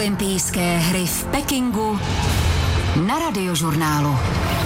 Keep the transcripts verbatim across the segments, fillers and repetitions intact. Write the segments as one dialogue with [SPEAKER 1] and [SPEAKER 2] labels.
[SPEAKER 1] Olympijské hry v Pekingu na Radiožurnálu.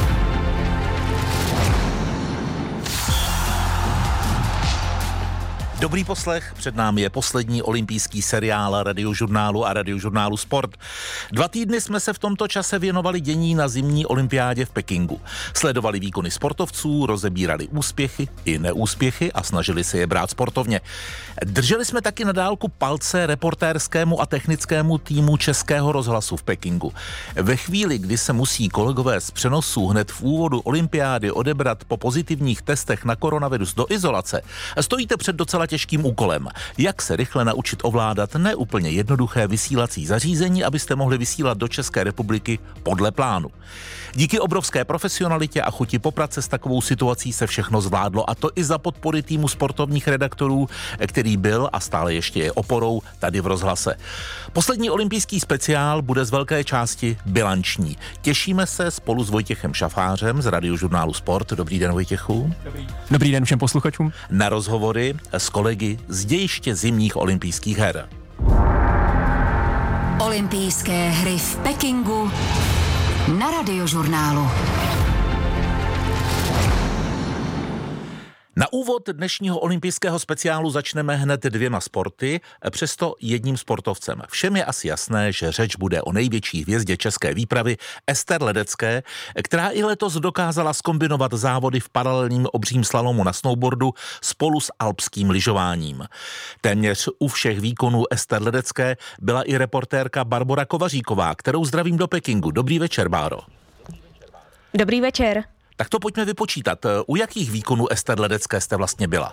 [SPEAKER 2] Dobrý poslech, před námi je poslední olympijský seriál Radiožurnálu a Radiožurnálu Sport. Dva týdny jsme se v tomto čase věnovali dění na zimní olympiádě v Pekingu. Sledovali výkony sportovců, rozebírali úspěchy i neúspěchy a snažili se je brát sportovně. Drželi jsme taky na dálku palce reportérskému a technickému týmu Českého rozhlasu v Pekingu. Ve chvíli, kdy se musí kolegové z přenosů hned v úvodu olympiády odebrat po pozitivních testech na koronavirus do izolace, stojíte před docela těžkým úkolem. Jak se rychle naučit ovládat neúplně jednoduché vysílací zařízení, abyste mohli vysílat do České republiky podle plánu. Díky obrovské profesionalitě a chuti poprat se s takovou situací se všechno zvládlo, a to i za podpory týmu sportovních redaktorů, který byl a stále ještě je oporou tady v rozhlase. Poslední olympijský speciál bude z velké části bilanční. Těšíme se spolu s Vojtěchem Šafářem z Radiožurnálu Sport. Dobrý den, Vojtěchu.
[SPEAKER 3] Dobrý. Dobrý den všem posluchačům.
[SPEAKER 2] Na rozhovory s kolegy z dějiště zimních olympijských her.
[SPEAKER 1] Olympijské hry v Pekingu na Radiožurnálu.
[SPEAKER 2] Na úvod dnešního olympijského speciálu začneme hned dvěma sporty, přesto jedním sportovcem. Všem je asi jasné, že řeč bude o největší hvězdě české výpravy Ester Ledecké, která i letos dokázala zkombinovat závody v paralelním obřím slalomu na snowboardu spolu s alpským lyžováním. Téměř u všech výkonů Ester Ledecké byla i reportérka Barbora Kovaříková, kterou zdravím do Pekingu. Dobrý večer, Báro.
[SPEAKER 4] Dobrý večer.
[SPEAKER 2] Tak to pojďme vypočítat. U jakých výkonů Ester Ledecké jste vlastně byla?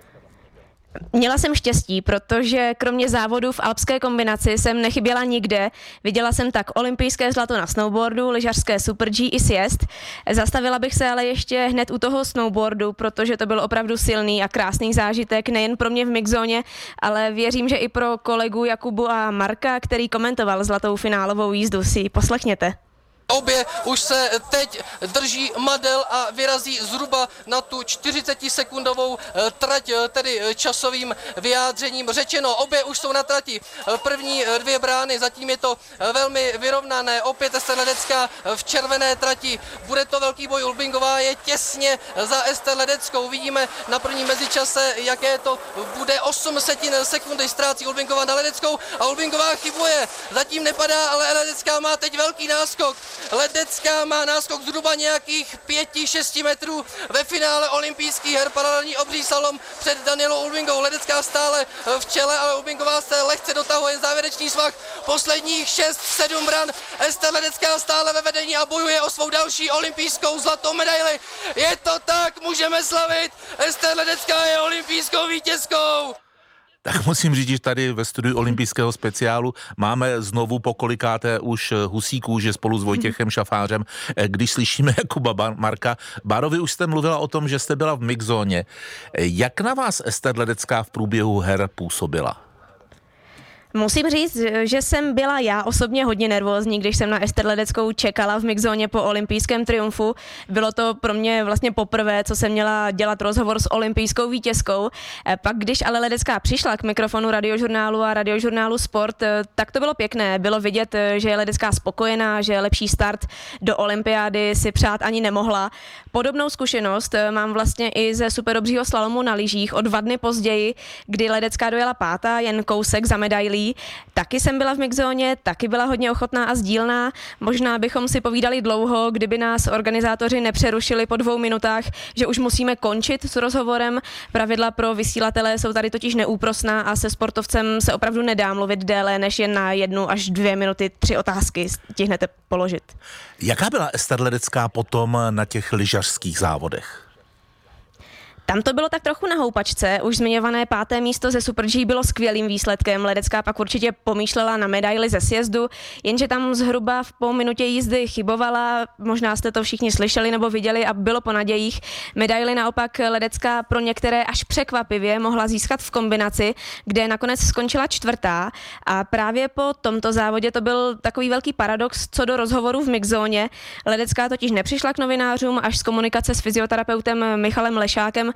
[SPEAKER 4] Měla jsem štěstí, protože kromě závodů v alpské kombinaci jsem nechyběla nikde. Viděla jsem tak olympijské zlato na snowboardu, lyžařské Super G i sjezd. Zastavila bych se ale ještě hned u toho snowboardu, protože to byl opravdu silný a krásný zážitek nejen pro mě v mixzóně, ale věřím, že i pro kolegu Jakubu a Marka, který komentoval zlatou finálovou jízdu. Si ji poslechněte.
[SPEAKER 5] Obě už se teď drží madel a vyrazí zhruba na tu čtyřicetisekundovou trať, tedy časovým vyjádřením řečeno. Obě už jsou na trati. První dvě brány, zatím je to velmi vyrovnané. Opět Ester Ledecká v červené trati. Bude to velký boj. Ulbingová je těsně za Ester Ledeckou. Vidíme na prvním mezičase, jaké to bude. osm setin sekundy ztrácí Ulbingová na Ledeckou a Ulbingová chybuje. Zatím nepadá, ale Ledecká má teď velký náskok. Ledecká má náskok zhruba nějakých pěti šesti metrů ve finále olympijských her paralelní obří slalom před Danielou Ulbingovou. Ledecká stále v čele, ale Ulbingová se lehce dotahuje závěrečný svah. Posledních šest sedm bran. Ester Ledecká stále ve vedení a bojuje o svou další olympijskou zlatou medaili. Je to tak, můžeme slavit. Ester Ledecká je olympijskou vítězkou.
[SPEAKER 2] Tak musím říct, že tady ve studiu olympijského speciálu máme znovu pokolikáté už husí kůži spolu s Vojtěchem Šafářem, když slyšíme Jakuba Marka. Báro, vy už jste mluvila o tom, že jste byla v mixzóně. Jak na vás Ester Ledecká v průběhu her působila?
[SPEAKER 4] Musím říct, že jsem byla já osobně hodně nervózní, když jsem na Ester Ledeckou čekala v mixzóně po olympijském triumfu. Bylo to pro mě vlastně poprvé, co jsem měla dělat rozhovor s olympijskou vítězkou. Pak, když ale Ledecká přišla k mikrofonu Radiožurnálu a Radiožurnálu Sport, tak to bylo pěkné. Bylo vidět, že je Ledecká spokojená, že lepší start do olympiády si přát ani nemohla. Podobnou zkušenost mám vlastně i ze superobřího slalomu na lyžích o dva dny později, kdy Ledecká dojela pátá, jen kousek za medailí. Taky jsem byla v mixzóně, taky byla hodně ochotná a sdílná. Možná bychom si povídali dlouho, kdyby nás organizátoři nepřerušili po dvou minutách, že už musíme končit s rozhovorem. Pravidla pro vysílatele jsou tady totiž neúprosná a se sportovcem se opravdu nedá mluvit déle než jen na jednu až dvě minuty, tři otázky stihnete položit.
[SPEAKER 2] Jaká byla Ester Ledecká potom na těch lyžařských závodech?
[SPEAKER 4] Tam to bylo tak trochu na houpačce, už zmiňované páté místo ze Super G bylo skvělým výsledkem, Ledecká pak určitě pomýšlela na medaili ze sjezdu, jenže tam zhruba v půl minutě jízdy chybovala, možná jste to všichni slyšeli nebo viděli a bylo po nadějích. Medaili naopak Ledecká pro některé až překvapivě mohla získat v kombinaci, kde nakonec skončila čtvrtá a právě po tomto závodě to byl takový velký paradox co do rozhovoru v mixzóně. Ledecká totiž nepřišla k novinářům až z komunikace s fyzioterapeutem Michalem Lešákem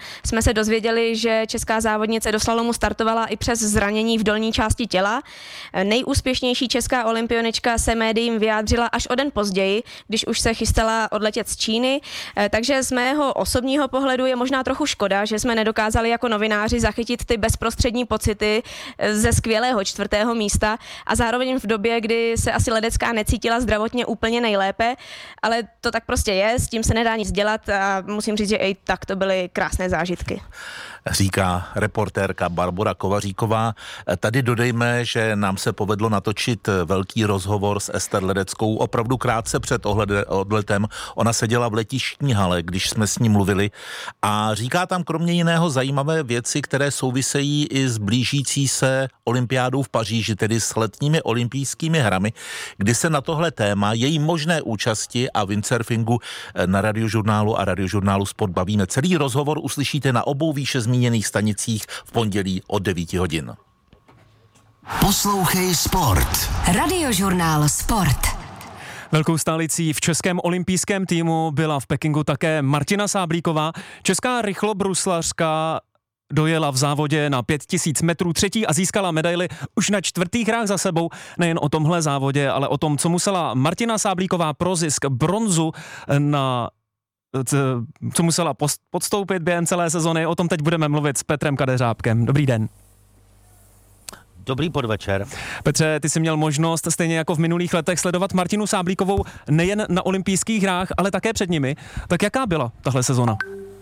[SPEAKER 4] jsme se dozvěděli, že česká závodnice do slalomu startovala i přes zranění v dolní části těla. Nejúspěšnější česká olympionička se médiím vyjádřila až o den později, když už se chystala odletět z Číny. Takže z mého osobního pohledu je možná trochu škoda, že jsme nedokázali jako novináři zachytit ty bezprostřední pocity ze skvělého čtvrtého místa a zároveň v době, kdy se asi ledecká necítila zdravotně úplně nejlépe, ale to tak prostě je, s tím se nedá nic dělat a musím říct, že i tak to byly krásné zážitky.
[SPEAKER 2] Říká reportérka Barbora Kovaříková. Tady dodejme, že nám se povedlo natočit velký rozhovor s Ester Ledeckou opravdu krátce před odletem. Ona seděla v letištní hale, když jsme s ní mluvili a říká tam kromě jiného zajímavé věci, které souvisejí i s blížící se olympiádou v Paříži, tedy s letními olympijskými hrami, kdy se na tohle téma, její možné účasti a windsurfingu na Radiožurnálu a Radiožurnálu Sport bavíme. Celý rozhovor uslyšíte na obou výše zmíněných stanicích v pondělí od devět hodin.
[SPEAKER 1] Poslouchej Sport. Radiožurnál Sport.
[SPEAKER 3] Velkou stálicí v českém olympijském týmu byla v Pekingu také Martina Sáblíková. Česká rychlobruslařka dojela v závodě na pět tisíc metrů třetí a získala medaili už na čtvrtých hrách za sebou. Nejen o tomhle závodě, ale o tom, co musela Martina Sáblíková pro zisk bronzu na co musela podstoupit během celé sezony. O tom teď budeme mluvit s Petrem Kadeřábkem. Dobrý den.
[SPEAKER 6] Dobrý podvečer.
[SPEAKER 3] Petře, ty jsi měl možnost stejně jako v minulých letech sledovat Martinu Sáblíkovou nejen na olympijských hrách, ale také před nimi. Tak jaká byla tahle sezona?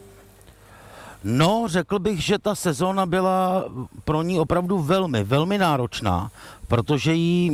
[SPEAKER 6] No, řekl bych, že ta sezóna byla pro ní opravdu velmi, velmi náročná, protože jí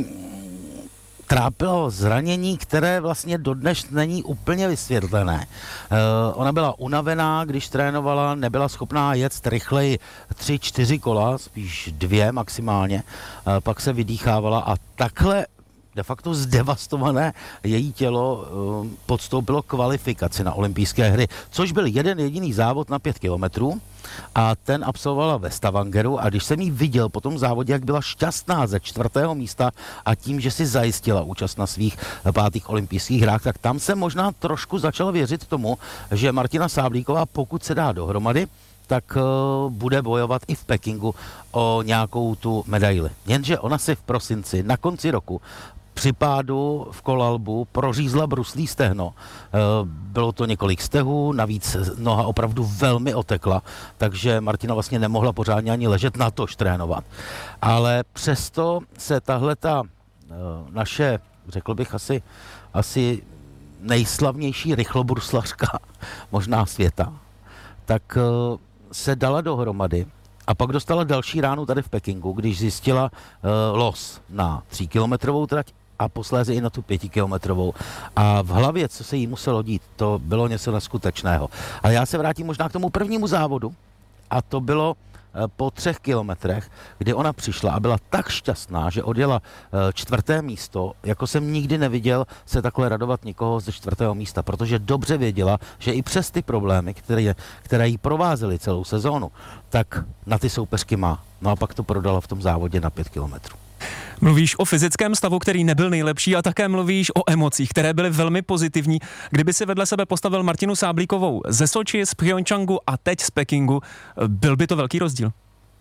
[SPEAKER 6] trápilo zranění, které vlastně dodnes není úplně vysvětlené. Uh, ona byla unavená, když trénovala, nebyla schopná jet rychleji tři, čtyři kola, spíš dvě maximálně, uh, pak se vydýchávala a takhle de facto zdevastované její tělo uh, podstoupilo kvalifikaci na olympijské hry, což byl jeden jediný závod na pět kilometrů a ten absolvovala ve Stavangeru a když jsem jí viděl po tom závodě, jak byla šťastná ze čtvrtého místa a tím, že si zajistila účast na svých pátých olympijských hrách, tak tam jsem možná trošku začal věřit tomu, že Martina Sáblíková, pokud se dá dohromady, tak uh, bude bojovat i v Pekingu o nějakou tu medaili. Jenže ona si v prosinci, na konci roku, při pádu v Kolalbu prořízla bruslí stehno. Bylo to několik stehů, navíc noha opravdu velmi otekla, takže Martina vlastně nemohla pořádně ani ležet, natož trénovat. Ale přesto se tahleta naše, řekl bych asi, asi nejslavnější rychlobruslařka, možná světa, tak se dala dohromady a pak dostala další ránu tady v Pekingu, když zjistila uh, los na tříkilometrovou trať a posléze i na tu pětikilometrovou. A v hlavě, co se jí muselo dít, to bylo něco neskutečného. Ale já se vrátím možná k tomu prvnímu závodu a to bylo po třech kilometrech, kdy ona přišla a byla tak šťastná, že odjela čtvrté místo, jako jsem nikdy neviděl se takhle radovat nikoho ze čtvrtého místa, protože dobře věděla, že i přes ty problémy, které, které jí provázely celou sezónu, tak na ty soupeřky má. No a pak to prodala v tom závodě na pět kilometrů.
[SPEAKER 3] Mluvíš o fyzickém stavu, který nebyl nejlepší a také mluvíš o emocích, které byly velmi pozitivní. Kdyby si vedle sebe postavil Martinu Sáblíkovou ze Soči, z Pchjongčchangu a teď z Pekingu, byl by to velký rozdíl?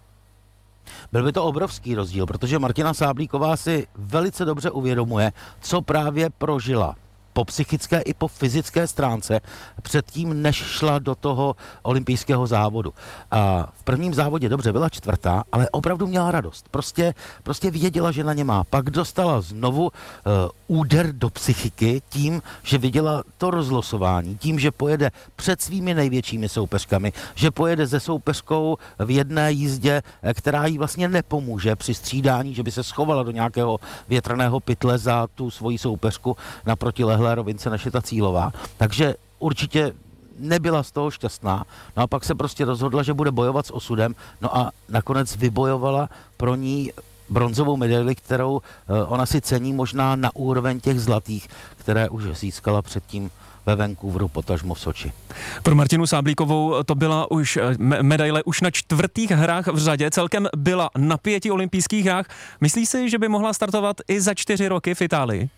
[SPEAKER 6] Byl by to obrovský rozdíl, protože Martina Sáblíková si velice dobře uvědomuje, co právě prožila po psychické i po fyzické stránce předtím, než šla do toho olympijského závodu. A v prvním závodě dobře byla čtvrtá, ale opravdu měla radost. Prostě, prostě věděla, že na ně má. Pak dostala znovu uh, úder do psychiky tím, že viděla to rozlosování, tím, že pojede před svými největšími soupeřkami, že pojede se soupeřkou v jedné jízdě, která jí vlastně nepomůže při střídání, že by se schovala do nějakého větrného pytle za tu svoji soupeřku na protilehlé rovince, než je ta cílová. Takže určitě nebyla z toho šťastná. No a pak se prostě rozhodla, že bude bojovat s osudem. No a nakonec vybojovala pro ní bronzovou medaili, kterou ona si cení možná na úroveň těch zlatých, které už získala předtím ve Vancouveru, potažmo v Soči.
[SPEAKER 3] Pro Martinu Sáblíkovou to byla už medaile už na čtvrtých hrách v řadě, celkem byla na pěti olympijských hrách. Myslíš si, že by mohla startovat i za čtyři roky v Itálii?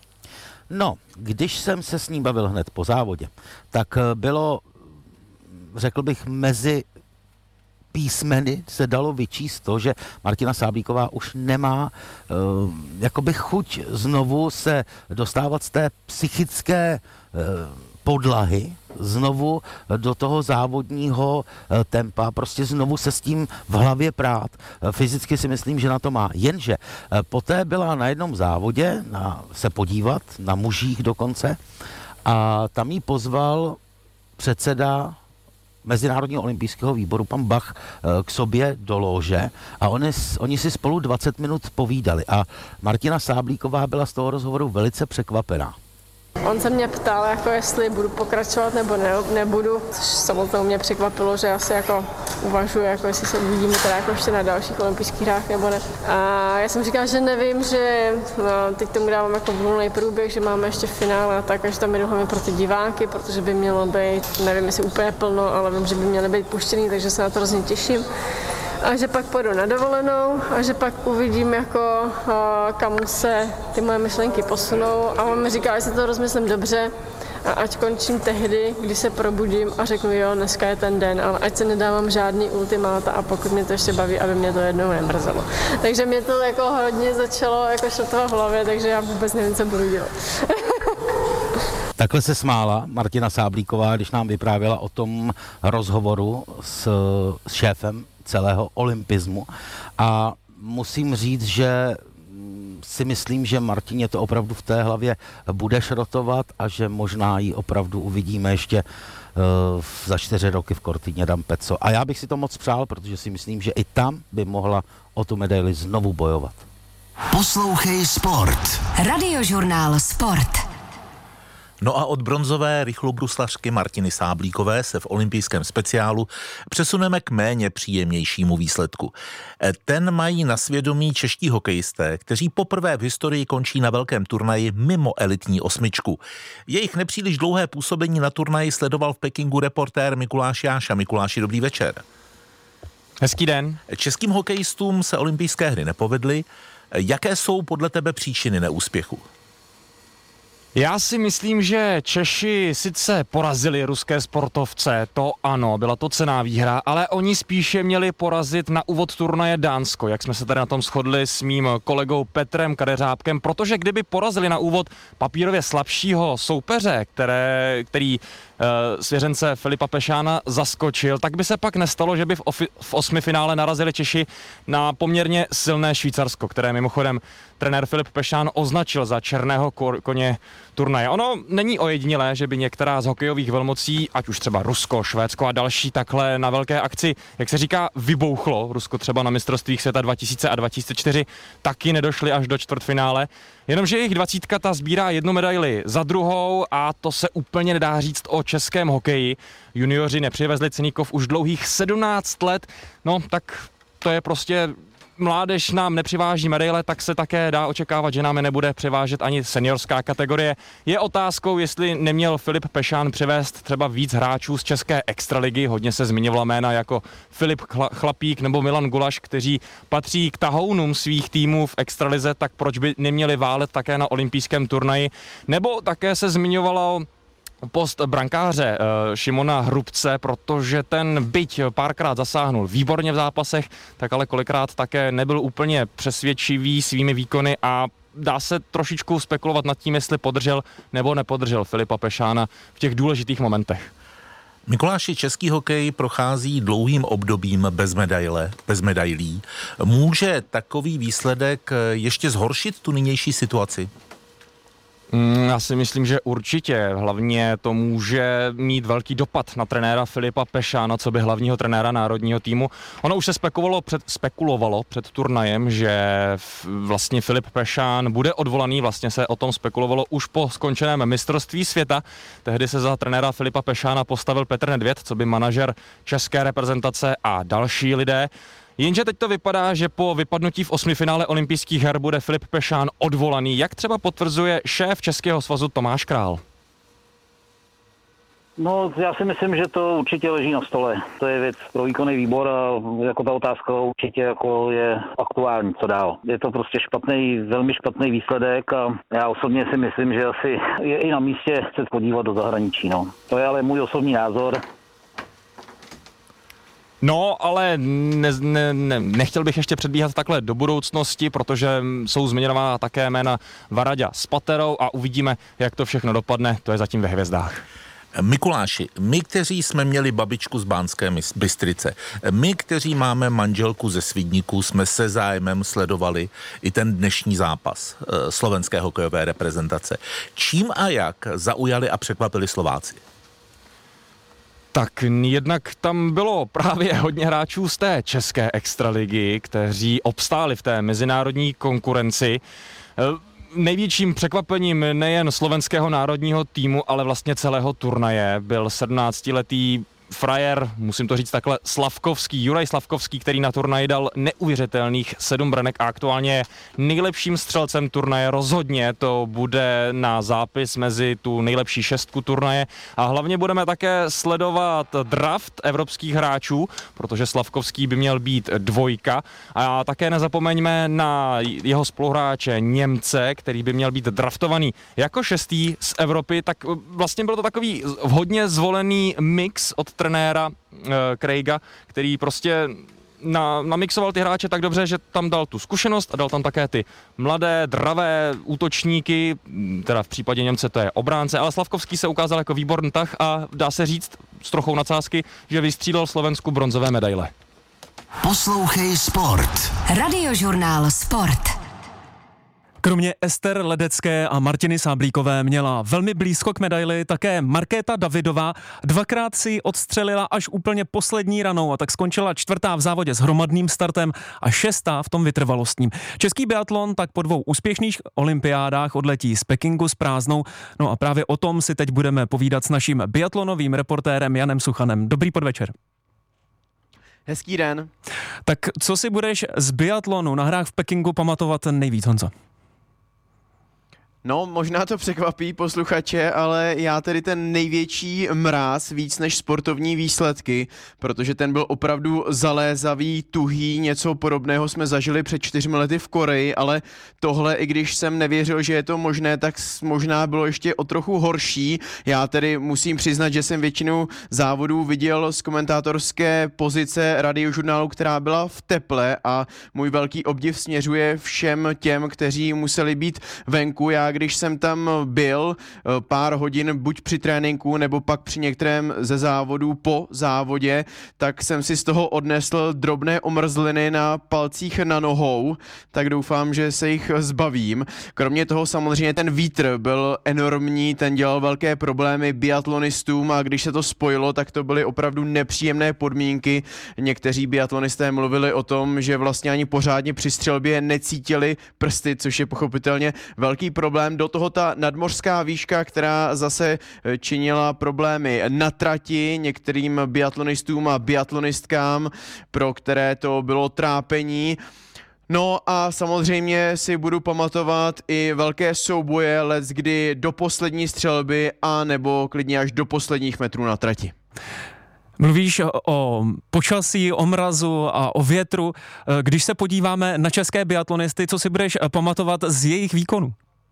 [SPEAKER 6] No, když jsem se s ní bavil hned po závodě, tak bylo řekl bych, mezi písmeny se dalo vyčíst to, že Martina Sáblíková už nemá uh, jakoby chuť znovu se dostávat z té psychické uh, podlahy, znovu do toho závodního uh, tempa, prostě znovu se s tím v hlavě prát. Uh, fyzicky si myslím, že na to má. Jenže uh, poté byla na jednom závodě na, se podívat, na mužích dokonce, a tam jí pozval předseda Mezinárodního olympijského výboru, pan Bach, k sobě do lóže a oni, oni si spolu dvacet minut povídali a Martina Sáblíková byla z toho rozhovoru velice překvapená.
[SPEAKER 7] On se mě ptal, jako jestli budu pokračovat nebo ne, nebudu, což samotnou mě překvapilo, že asi jako uvažuji, jako jestli se uvidíme teda jako ještě na dalších olympijských hrách nebo ne. A já jsem říkala, že nevím, že no, teď tomu dávám jako volný průběh, že máme ještě finále a tak, a že tam jdu hlavně pro ty diváky, protože by mělo být, nevím jestli úplně plno, ale vím, že by měly být puštěný, takže se na to hrozně těším. A že pak půjdu na dovolenou a že pak uvidím, jako, kam se ty moje myšlenky posunou. A on mi říká, že si to rozmyslím dobře a ať končím tehdy, kdy se probudím a řeknu, jo, dneska je ten den, ale ať se nedávám žádný ultimáta a pokud mě to ještě baví, aby mě to jednou nemrzelo. Takže mě to jako hodně začalo jako šotovat v hlavě, takže já vůbec nevím, co budu dělat.
[SPEAKER 6] Takhle se smála Martina Sáblíková, když nám vyprávěla o tom rozhovoru s, s šéfem celého olympismu a musím říct, že si myslím, že Martině to opravdu v té hlavě bude šrotovat a že možná ji opravdu uvidíme ještě uh, za čtyři roky v Cortině d'Ampezzo. A já bych si to moc přál, protože si myslím, že i tam by mohla o tu medaili znovu bojovat.
[SPEAKER 1] Poslouchej Sport. Radiožurnál Sport.
[SPEAKER 2] No a od bronzové rychlobruslařky Martiny Sáblíkové se v olympijském speciálu přesuneme k méně příjemnějšímu výsledku. Ten mají na svědomí čeští hokejisté, kteří poprvé v historii končí na velkém turnaji mimo elitní osmičku. Jejich nepříliš dlouhé působení na turnaji sledoval v Pekingu reportér Mikuláš Jáša. Mikuláši, dobrý večer.
[SPEAKER 3] Hezký den.
[SPEAKER 2] Českým hokejistům se olympijské hry nepovedly. Jaké jsou podle tebe příčiny neúspěchu?
[SPEAKER 3] Já si myslím, že Češi sice porazili ruské sportovce, to ano, byla to cenná výhra, ale oni spíše měli porazit na úvod turnaje Dánsko, jak jsme se tady na tom shodli s mým kolegou Petrem Kadeřábkem, protože kdyby porazili na úvod papírově slabšího soupeře, které, který uh, svěřence Filipa Pešána zaskočil, tak by se pak nestalo, že by v, ofi, v osmi finále narazili Češi na poměrně silné Švýcarsko, které mimochodem trenér Filip Pešán označil za černého koně turnaje. Ono není ojedinělé, že by některá z hokejových velmocí, ať už třeba Rusko, Švédsko a další, takhle na velké akci, jak se říká, vybouchlo. Rusko třeba na mistrovstvích světa dva tisíce a dva tisíce čtyři taky nedošli až do čtvrtfinále. Jenomže jejich dvacítka ta sbírá jednu medaili za druhou a to se úplně nedá říct o českém hokeji. Junioři nepřivezli ceníkov už dlouhých sedmnáct let, no tak to je prostě... Mládež nám nepřiváží medaile, tak se také dá očekávat, že nám je nebude přivážet ani seniorská kategorie. Je otázkou, jestli neměl Filip Pešán přivést třeba víc hráčů z české extraligy. Hodně se zmiňovala jména jako Filip Chlapík nebo Milan Gulaš, kteří patří k tahounům svých týmů v extralize, tak proč by neměli válet také na olympijském turnaji. Nebo také se zmiňovalo post brankáře uh, Šimona Hrubce, protože ten byť párkrát zasáhnul výborně v zápasech, tak ale kolikrát také nebyl úplně přesvědčivý svými výkony a dá se trošičku spekulovat nad tím, jestli podržel nebo nepodržel Filipa Pešána v těch důležitých momentech.
[SPEAKER 2] Mikuláši, český hokej prochází dlouhým obdobím bez medaile, bez medailí. Může takový výsledek ještě zhoršit tu nynější situaci?
[SPEAKER 3] Já si myslím, že určitě. Hlavně to může mít velký dopad na trenéra Filipa Pešána, co by hlavního trenéra národního týmu. Ono už se spekulovalo před, spekulovalo před turnajem, že vlastně Filip Pešán bude odvolaný, vlastně se o tom spekulovalo už po skončeném mistrovství světa. Tehdy se za trenéra Filipa Pešána postavil Petr Nedvěd, co by manažer české reprezentace a další lidé. Jenže teď to vypadá, že po vypadnutí v osmifinále olympijských her bude Filip Pešán odvolaný, jak třeba potvrzuje šéf Českého svazu Tomáš Král.
[SPEAKER 8] No, já si myslím, že to určitě leží na stole. To je věc pro výkonný výbor a jako ta otázka určitě jako je aktuální, co dál. Je to prostě špatný, velmi špatný výsledek a já osobně si myslím, že asi je i na místě se podívat do zahraničí. No. To je ale můj osobní názor.
[SPEAKER 9] No, ale ne, ne, ne, nechtěl bych ještě předbíhat takhle do budoucnosti, protože jsou zmiňována také jména Varaďa s Paterou a uvidíme, jak to všechno dopadne, to je zatím ve hvězdách.
[SPEAKER 2] Mikuláši, my, kteří jsme měli babičku z Banské Bystrice, my, kteří máme manželku ze Svidníku, jsme se zájmem sledovali i ten dnešní zápas e, slovenské hokejové reprezentace. Čím a jak zaujali a překvapili Slováci?
[SPEAKER 9] Tak jednak tam bylo právě hodně hráčů z té české extraligy, kteří obstáli v té mezinárodní konkurenci. Největším překvapením nejen slovenského národního týmu, ale vlastně celého turnaje byl sedmnáctiletý frajer, musím to říct takhle, Slavkovský, Juraj Slavkovský, který na turnaji dal neuvěřitelných sedm branek a aktuálně je nejlepším střelcem turnaje. Rozhodně to bude na zápis mezi tu nejlepší šestku turnaje a hlavně budeme také sledovat draft evropských hráčů, protože Slavkovský by měl být dvojka a také nezapomeňme na jeho spoluhráče Němce, který by měl být draftovaný jako šestý z Evropy, tak vlastně byl to takový hodně zvolený mix od trenéra uh, Craiga, který prostě na, namixoval ty hráče tak dobře, že tam dal tu zkušenost a dal tam také ty mladé, dravé útočníky, teda v případě Němce to je obránce, ale Slavkovský se ukázal jako výborný tah a dá se říct s trochou nadsázky, že vystřídal Slovensku bronzové medaile.
[SPEAKER 1] Poslouchej Sport. Radiožurnál Sport.
[SPEAKER 3] Kromě Ester Ledecké a Martiny Sáblíkové měla velmi blízko k medaili také Markéta Davidová. Dvakrát si odstřelila až úplně poslední ranou a tak skončila čtvrtá v závodě s hromadným startem a šestá v tom vytrvalostním. Český biatlon tak po dvou úspěšných olympiádách odletí z Pekingu s prázdnou. No a právě o tom si teď budeme povídat s naším biatlonovým reportérem Janem Suchanem. Dobrý podvečer.
[SPEAKER 10] Hezký den.
[SPEAKER 3] Tak co si budeš z biatlonu na hrách v Pekingu pamatovat nejvíc, Honzo?
[SPEAKER 10] No, možná to překvapí posluchače, ale já tedy ten největší mráz víc než sportovní výsledky, protože ten byl opravdu zalézavý, tuhý, něco podobného jsme zažili před čtyřmi lety v Koreji, ale tohle, i když jsem nevěřil, že je to možné, tak možná bylo ještě o trochu horší. Já tedy musím přiznat, že jsem většinu závodů viděl z komentátorské pozice radiožurnálu, která byla v teple a můj velký obdiv směřuje všem těm, kteří museli být venku. Já když jsem tam byl pár hodin buď při tréninku nebo pak při některém ze závodů po závodě, tak jsem si z toho odnesl drobné omrzliny na palcích na nohou, tak doufám, že se jich zbavím. Kromě toho samozřejmě ten vítr byl enormní, ten dělal velké problémy biatlonistům a když se to spojilo, tak to byly opravdu nepříjemné podmínky. Někteří biatlonisté mluvili o tom, že vlastně ani pořádně při střelbě necítili prsty, což je pochopitelně velký problém. Do toho ta nadmořská výška, která zase činila problémy na trati některým biatlonistům a biatlonistkám, pro které to bylo trápení. No a samozřejmě si budu pamatovat i velké souboje, leckdy do poslední střelby a nebo klidně až do posledních metrů na trati.
[SPEAKER 3] Mluvíš o počasí, o mrazu a o větru. Když se podíváme na české biatlonisty, co si budeš pamatovat z jejich výkonů?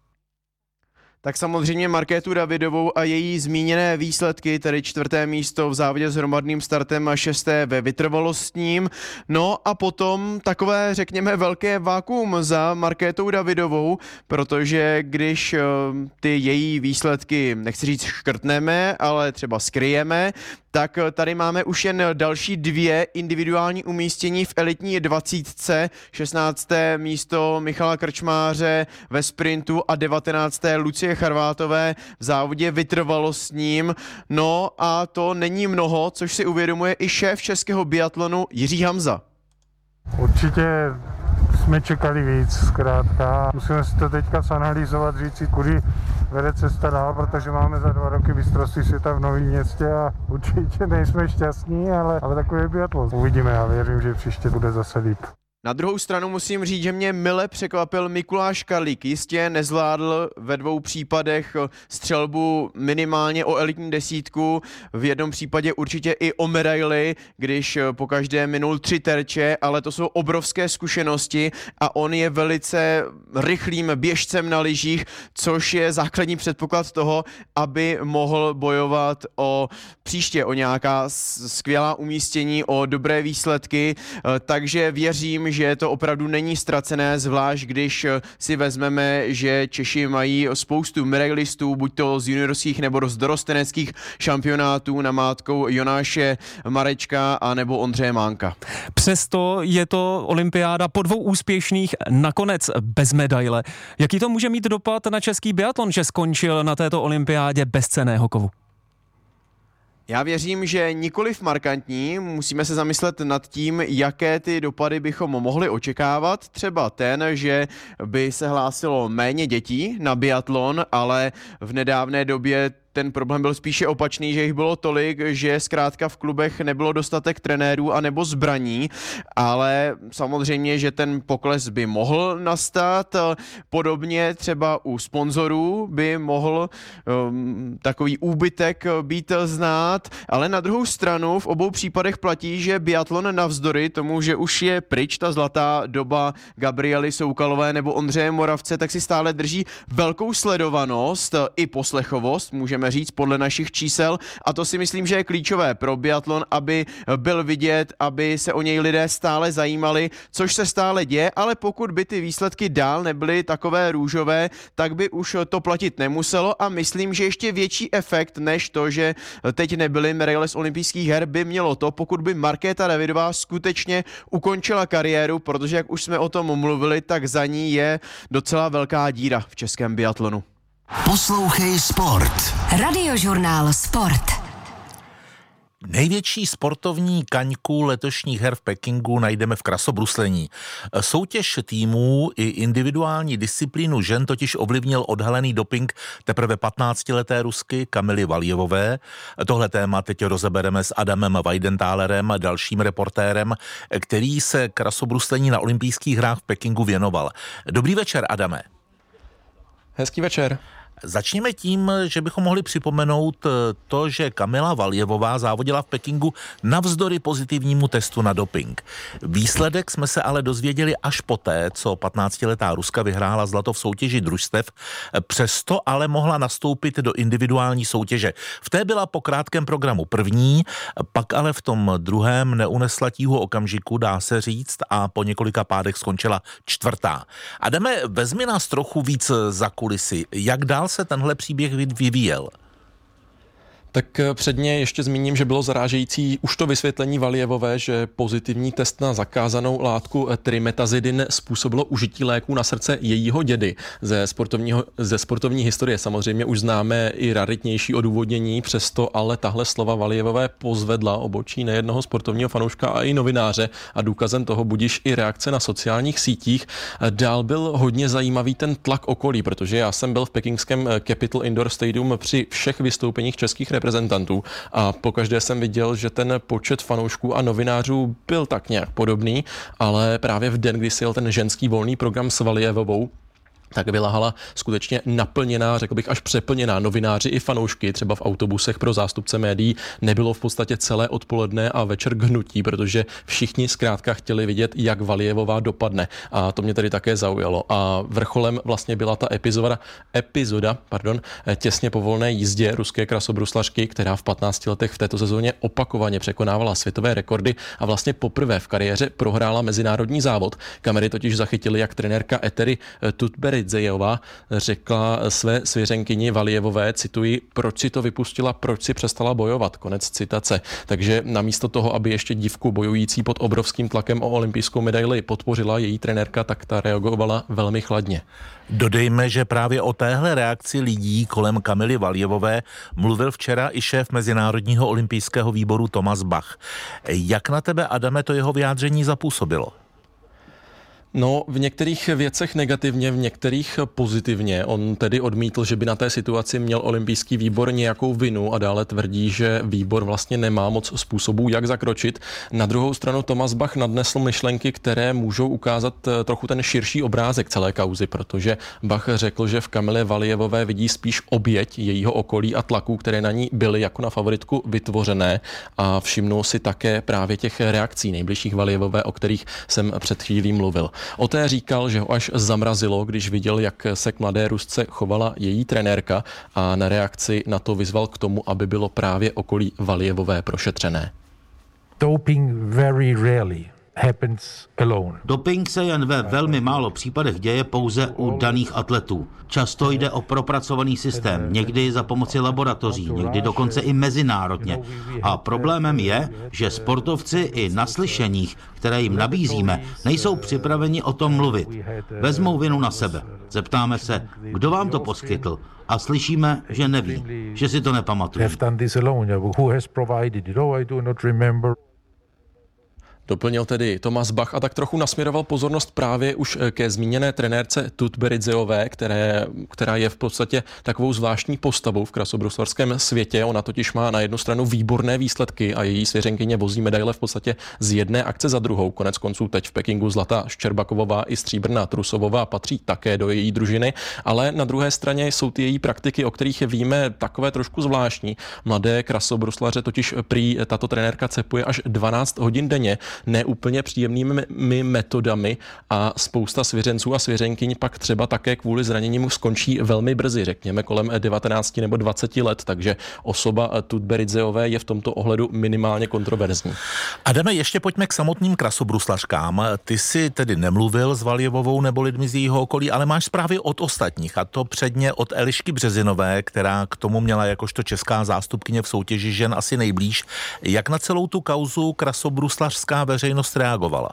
[SPEAKER 10] Tak samozřejmě Markétu Davidovou a její zmíněné výsledky, tedy čtvrté místo v závodě s hromadným startem a šesté ve vytrvalostním. No a potom takové, řekněme, velké vákuum za Markétou Davidovou, protože když ty její výsledky, nechci říct škrtneme, ale třeba skryjeme, tak tady máme už jen další dvě individuální umístění v elitní dvacítce, šestnácté místo Michala Krčmáře ve sprintu a devatenácté Lucie Charvátové v závodě vytrvalostním. No a to není mnoho, což si uvědomuje i šéf českého biatlonu Jiří Hamza.
[SPEAKER 11] Určitě jsme čekali víc, zkrátka. Musíme si to teďka zanalyzovat, říct si, kudy vede cesta dál, protože máme za dva roky mistrovství světa v Novém Městě a určitě nejsme šťastní, ale, ale takový je biatlon. Uvidíme, já věřím, že příště bude zase líp.
[SPEAKER 10] Na druhou stranu musím říct, že mě mile překvapil Mikuláš Karlík. Jistě nezvládl ve dvou případech střelbu minimálně o elitní desítku, v jednom případě určitě i o medaili, když pokaždé minul tři terče, ale to jsou obrovské zkušenosti a on je velice rychlým běžcem na lyžích, což je základní předpoklad toho, aby mohl bojovat o příště o nějaká skvělá umístění, o dobré výsledky, takže věřím, že to opravdu není ztracené, zvlášť když si vezmeme, že Češi mají spoustu medailistů, buď to z juniorských nebo z dorosteneckých šampionátů namátkou Jonáše Marečka a nebo Ondřeje Mánka.
[SPEAKER 3] Přesto je to olympiáda po dvou úspěšných nakonec bez medaile. Jaký to může mít dopad na český biatlon, že skončil na této olympiádě bez cenného kovu?
[SPEAKER 10] Já věřím, že nikoliv markantní, musíme se zamyslet nad tím, jaké ty dopady bychom mohli očekávat. Třeba ten, že by se hlásilo méně dětí na biatlon, ale v nedávné době ten problém byl spíše opačný, že jich bylo tolik, že zkrátka v klubech nebylo dostatek trenérů a nebo zbraní, ale samozřejmě, že ten pokles by mohl nastat. Podobně třeba u sponzorů by mohl um, takový úbytek být znát, ale na druhou stranu v obou případech platí, že biatlon navzdory tomu, že už je pryč ta zlatá doba Gabriely Soukalové nebo Ondřeje Moravce, tak si stále drží velkou sledovanost i poslechovost, můžeme říct podle našich čísel, a to si myslím, že je klíčové pro biatlon, aby byl vidět, aby se o něj lidé stále zajímali, což se stále děje, ale pokud by ty výsledky dál nebyly takové růžové, tak by už to platit nemuselo a myslím, že ještě větší efekt než to, že teď nebyly medaile z olympijských her, by mělo to, pokud by Markéta Davidová skutečně ukončila kariéru, protože jak už jsme o tom mluvili, tak za ní je docela velká díra v českém biatlonu.
[SPEAKER 1] Poslouchej Sport. Radiožurnál Sport.
[SPEAKER 2] Největší sportovní kaňku letošních her v Pekingu najdeme v krasobruslení. Soutěž týmů i individuální disciplínu žen totiž ovlivnil odhalený doping teprve patnáctileté Rusky Kamily Valjevové. Tohle téma teď rozebereme s Adamem Weidenthalerem, dalším reportérem, který se krasobruslení na olympijských hrách v Pekingu věnoval. Dobrý večer, Adame.
[SPEAKER 12] Hezký večer.
[SPEAKER 2] Začněme tím, že bychom mohli připomenout to, že Kamila Valjevová závodila v Pekingu navzdory pozitivnímu testu na doping. Výsledek jsme se ale dozvěděli až poté, co patnáctiletá Ruska vyhrála zlato v soutěži družstev, přesto ale mohla nastoupit do individuální soutěže. V té byla po krátkém programu první, pak ale v tom druhém neunesla tíhu okamžiku, dá se říct, a po několika pádech skončila čtvrtá. Adame, vezmi nás trochu víc za kulisy. Jak dál se tenhle příběh vyvíjel?
[SPEAKER 12] Tak předně ještě zmíním, že bylo zarážející už to vysvětlení Valjevové, že pozitivní test na zakázanou látku trimetazidin způsobilo užití léků na srdce jejího dědy. Ze, sportovního, ze sportovní historie samozřejmě už známe i raritnější odůvodnění, přesto ale tahle slova Valjevové pozvedla obočí nejednoho sportovního fanouška a i novináře a důkazem toho budiž i reakce na sociálních sítích. Dál byl hodně zajímavý ten tlak okolí, protože já jsem byl v pekingském Capital Indoor Stadium při všech vystoupeních českých reprezentantů a pokaždé jsem viděl, že ten počet fanoušků a novinářů byl tak nějak podobný, ale právě v den, kdy se jel ten ženský volný program s Valjevovou, tak byla hala skutečně naplněná, řekl bych až přeplněná. Novináři i fanoušky, třeba v autobusech pro zástupce médií, nebylo v podstatě celé odpoledne a večer k hnutí, protože všichni zkrátka chtěli vidět, jak Valjevová dopadne. A to mě tady také zaujalo. A vrcholem vlastně byla ta epizoda, epizoda pardon, těsně po volné jízdě ruské krasobruslařky, která v patnácti letech v této sezóně opakovaně překonávala světové rekordy a vlastně poprvé v kariéře prohrála mezinárodní závod. Kamery totiž zachytily, jak trenérka Eteri Tutberidze řekla své svěřenkyni Valjevové, cituji, proč si to vypustila, proč si přestala bojovat, konec citace. Takže namísto toho, aby ještě dívku bojující pod obrovským tlakem o olympijskou medaili podpořila její trenérka, tak ta reagovala velmi chladně.
[SPEAKER 2] Dodejme, že právě o téhle reakci lidí kolem Kamily Valjevové mluvil včera i šéf Mezinárodního olympijského výboru Thomas Bach. Jak na tebe, Adame, to jeho vyjádření zapůsobilo?
[SPEAKER 12] No, v některých věcech negativně, v některých pozitivně. On tedy odmítl, že by na té situaci měl olympijský výbor nějakou vinu a dále tvrdí, že výbor vlastně nemá moc způsobů, jak zakročit. Na druhou stranu Thomas Bach nadnesl myšlenky, které můžou ukázat trochu ten širší obrázek celé kauzy, protože Bach řekl, že v Kamile Valievové vidí spíš oběť jejího okolí a tlaků, které na ní byly jako na favoritku vytvořené, a všimnul si také právě těch reakcí nejbližších Valievové, o kterých jsem před chvílí mluvil. O té říkal, že ho až zamrazilo, když viděl, jak se k mladé Rusce chovala její trenérka, a na reakci na to vyzval k tomu, aby bylo právě okolí Valievové prošetřené.
[SPEAKER 13] Doping very rarely happens alone.
[SPEAKER 6] Doping se jen ve velmi málo případech děje pouze u daných atletů. Často jde o propracovaný systém, někdy za pomoci laboratoří, někdy dokonce i mezinárodně. A problémem je, že sportovci i na slyšeních, které jim nabízíme, nejsou připraveni o tom mluvit. Vezmou vinu na sebe. Zeptáme se, kdo vám to poskytl, a slyšíme, že neví, že si to nepamatují.
[SPEAKER 12] Doplnil tedy Thomas Bach a tak trochu nasměroval pozornost právě už ke zmíněné trenérce Tutberidzeové, které, která je v podstatě takovou zvláštní postavou v krasobruslařském světě. Ona totiž má na jednu stranu výborné výsledky a její svěřenkyně vozí medaile v podstatě z jedné akce za druhou. Konec konců teď v Pekingu Zlata Ščerbakovová i stříbrná Trusovová patří také do její družiny, ale na druhé straně jsou ty její praktiky, o kterých víme, takové trošku zvláštní. Mladé krasobruslaře totiž prý tato trenérka cepuje až dvanáct hodin denně, neúplně příjemnými metodami, a spousta svěřenců a svěřenkyň pak třeba také kvůli zraněním skončí velmi brzy, řekněme kolem devatenáct nebo dvacet let, takže osoba Tutberidzeové je v tomto ohledu minimálně kontroverzní.
[SPEAKER 2] Adame, ještě pojďme k samotným krasobruslařkám. Ty jsi tedy nemluvil s Valievovou nebo lidmi z jejího okolí, ale máš zprávy od ostatních, a to předně od Elišky Březinové, která k tomu měla jakožto česká zástupkyně v soutěži žen asi nejblíž. Jak na celou tu kauzu krasobruslařská veřejnost reagovala?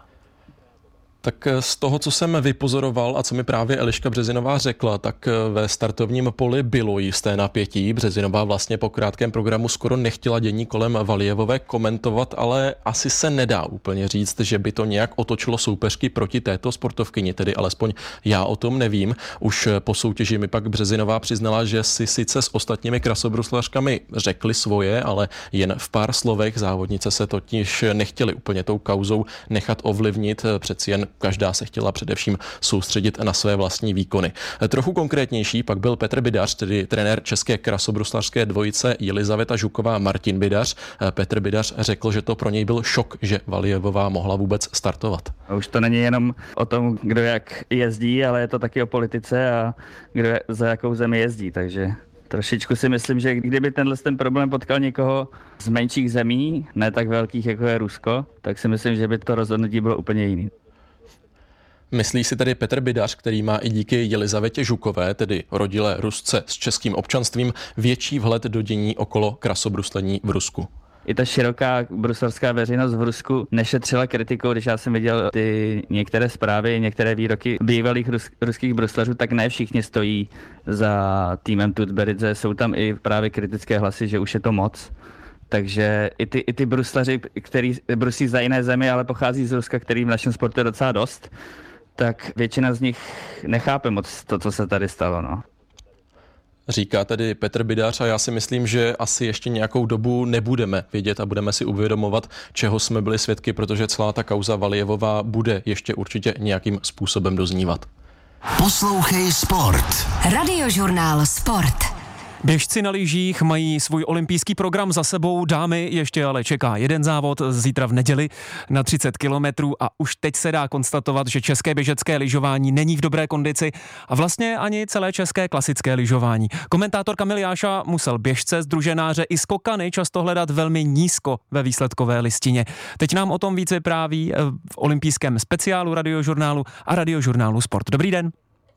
[SPEAKER 12] Tak z toho, co jsem vypozoroval a co mi právě Eliška Březinová řekla, tak ve startovním poli bylo jisté napětí. Březinová vlastně po krátkém programu skoro nechtěla dění kolem Valievové komentovat, ale asi se nedá úplně říct, že by to nějak otočilo soupeřky proti této sportovkyni, tedy alespoň já o tom nevím. Už po soutěži mi pak Březinová přiznala, že si sice s ostatními krasobruslařkami řekli svoje, ale jen v pár slovech. Závodnice se totiž nechtěly úplně tou kauzou nechat ovlivnit, přeci jen každá se chtěla především soustředit na své vlastní výkony. Trochu konkrétnější pak byl Petr Bidař, tedy trenér české krasobruslařské dvojice Jelizaveta Žuková Martin Bidař. Petr Bidař řekl, že to pro něj byl šok, že Valievová mohla vůbec startovat.
[SPEAKER 14] Už to není jenom o tom, kdo jak jezdí, ale je to taky o politice a kdo za jakou zemi jezdí, takže trošičku si myslím, že kdyby tenhle ten problém potkal někoho z menších zemí, ne tak velkých, jako je Rusko, tak si myslím, že by to rozhodnutí bylo úplně jiný.
[SPEAKER 12] Myslí si tedy Petr Bidař, který má i díky Jelizavetě Žukové, tedy rodilé Rusce s českým občanstvím, větší vhled do dění okolo krasobruslení v Rusku.
[SPEAKER 14] I ta široká bruslařská veřejnost v Rusku nešetřila kritikou, když já jsem viděl ty některé zprávy, některé výroky bývalých rus, ruských bruslařů, tak ne všichni stojí za týmem Tutberidze. Jsou tam i právě kritické hlasy, že už je to moc. Takže i ty, i ty bruslaři, který bruslí za jiné zemi, ale pochází z Ruska, který v našem sportu je docela dost, tak většina z nich nechápe moc to, co se tady stalo. No.
[SPEAKER 12] Říká tedy Petr Bidař, a já si myslím, že asi ještě nějakou dobu nebudeme vědět a budeme si uvědomovat, čeho jsme byli svědky, protože celá ta kauza Valievová bude ještě určitě nějakým způsobem doznívat.
[SPEAKER 1] Poslouchej sport. Radiožurnál Sport.
[SPEAKER 3] Běžci na lyžích mají svůj olympijský program za sebou, dámy ještě ale čeká jeden závod zítra v neděli na třicet kilometrů a už teď se dá konstatovat, že české běžecké lyžování není v dobré kondici a vlastně ani celé české klasické lyžování. Komentátor Kamil Jáša musel běžce, sdruženáře i skokany často hledat velmi nízko ve výsledkové listině. Teď nám o tom víc vypráví v olympijském speciálu Radiožurnálu a Radiožurnálu Sport. Dobrý den.